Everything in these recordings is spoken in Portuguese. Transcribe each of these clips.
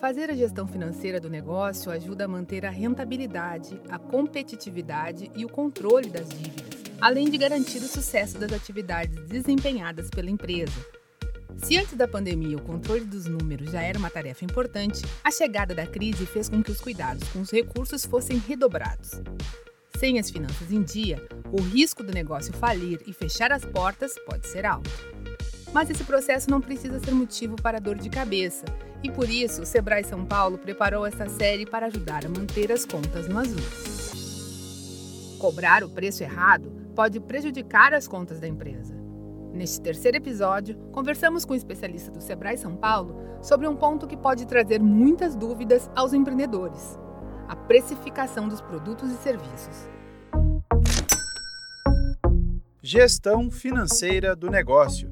Fazer a gestão financeira do negócio ajuda a manter a rentabilidade, a competitividade e o controle das dívidas, além de garantir o sucesso das atividades desempenhadas pela empresa. Se antes da pandemia o controle dos números já era uma tarefa importante, a chegada da crise fez com que os cuidados com os recursos fossem redobrados. Sem as finanças em dia, o risco do negócio falir e fechar as portas pode ser alto. Mas esse processo não precisa ser motivo para dor de cabeça, e por isso o Sebrae São Paulo preparou essa série para ajudar a manter as contas no azul. Cobrar o preço errado pode prejudicar as contas da empresa. Neste terceiro episódio, conversamos com o especialista do Sebrae São Paulo sobre um ponto que pode trazer muitas dúvidas aos empreendedores: a precificação dos produtos e serviços. Gestão financeira do negócio.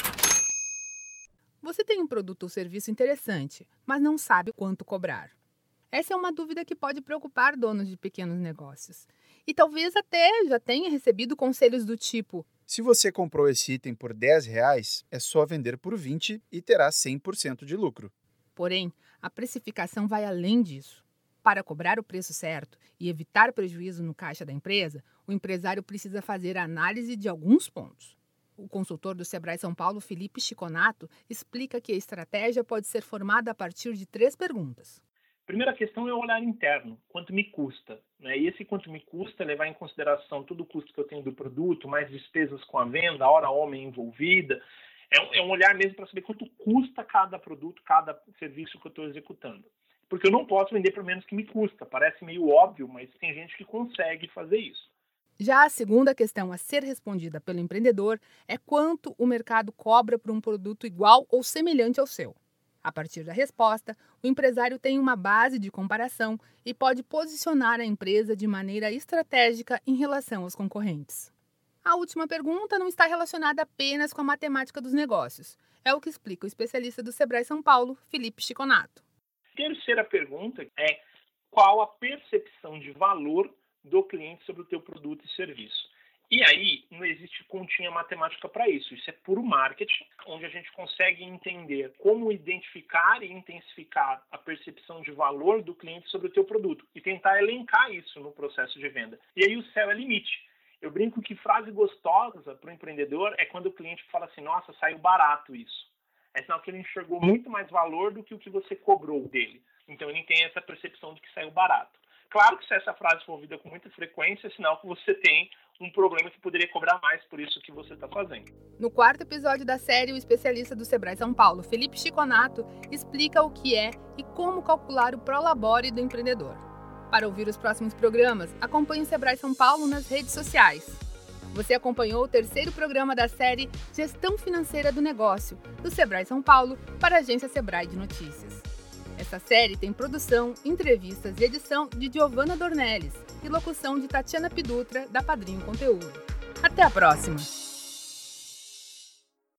Você tem um produto ou serviço interessante, mas não sabe quanto cobrar. Essa é uma dúvida que pode preocupar donos de pequenos negócios. E talvez até já tenha recebido conselhos do tipo: se você comprou esse item por R$10, é só vender por 20 e terá 100% de lucro. Porém, a precificação vai além disso. Para cobrar o preço certo e evitar prejuízo no caixa da empresa, o empresário precisa fazer a análise de alguns pontos. O consultor do Sebrae São Paulo, Felipe Chiconato, explica que a estratégia pode ser formada a partir de 3 perguntas. Primeira questão é o olhar interno, quanto me custa, né? E esse quanto me custa é levar em consideração todo o custo que eu tenho do produto, mais despesas com a venda, a hora homem envolvida. É um olhar mesmo para saber quanto custa cada produto, cada serviço que eu estou executando. Porque eu não posso vender por menos que me custa. Parece meio óbvio, mas tem gente que consegue fazer isso. Já a segunda questão a ser respondida pelo empreendedor é quanto o mercado cobra por um produto igual ou semelhante ao seu. A partir da resposta, o empresário tem uma base de comparação e pode posicionar a empresa de maneira estratégica em relação aos concorrentes. A última pergunta não está relacionada apenas com a matemática dos negócios. É o que explica o especialista do Sebrae São Paulo, Felipe Chiconato. Terceira pergunta é: qual a percepção de valor do cliente sobre o teu produto e serviço? E aí, não existe continha matemática para isso. Isso é puro marketing, onde a gente consegue entender como identificar e intensificar a percepção de valor do cliente sobre o teu produto e tentar elencar isso no processo de venda. E aí o céu é limite. Eu brinco que frase gostosa para o empreendedor é quando o cliente fala assim: nossa, saiu barato isso. É sinal que ele enxergou muito mais valor do que o que você cobrou dele. Então ele tem essa percepção de que saiu barato. Claro que se essa frase for ouvida com muita frequência, é sinal que você tem um problema que poderia cobrar mais por isso que você está fazendo. No quarto episódio da série, o especialista do Sebrae São Paulo, Felipe Chiconato, explica o que é e como calcular o prolabore do empreendedor. Para ouvir os próximos programas, acompanhe o Sebrae São Paulo nas redes sociais. Você acompanhou o terceiro programa da série Gestão Financeira do Negócio, do Sebrae São Paulo, para a agência Sebrae de Notícias. Essa série tem produção, entrevistas e edição de Giovanna Dornelles e locução de Tatiana Pidutra, da Padrinho Conteúdo. Até a próxima!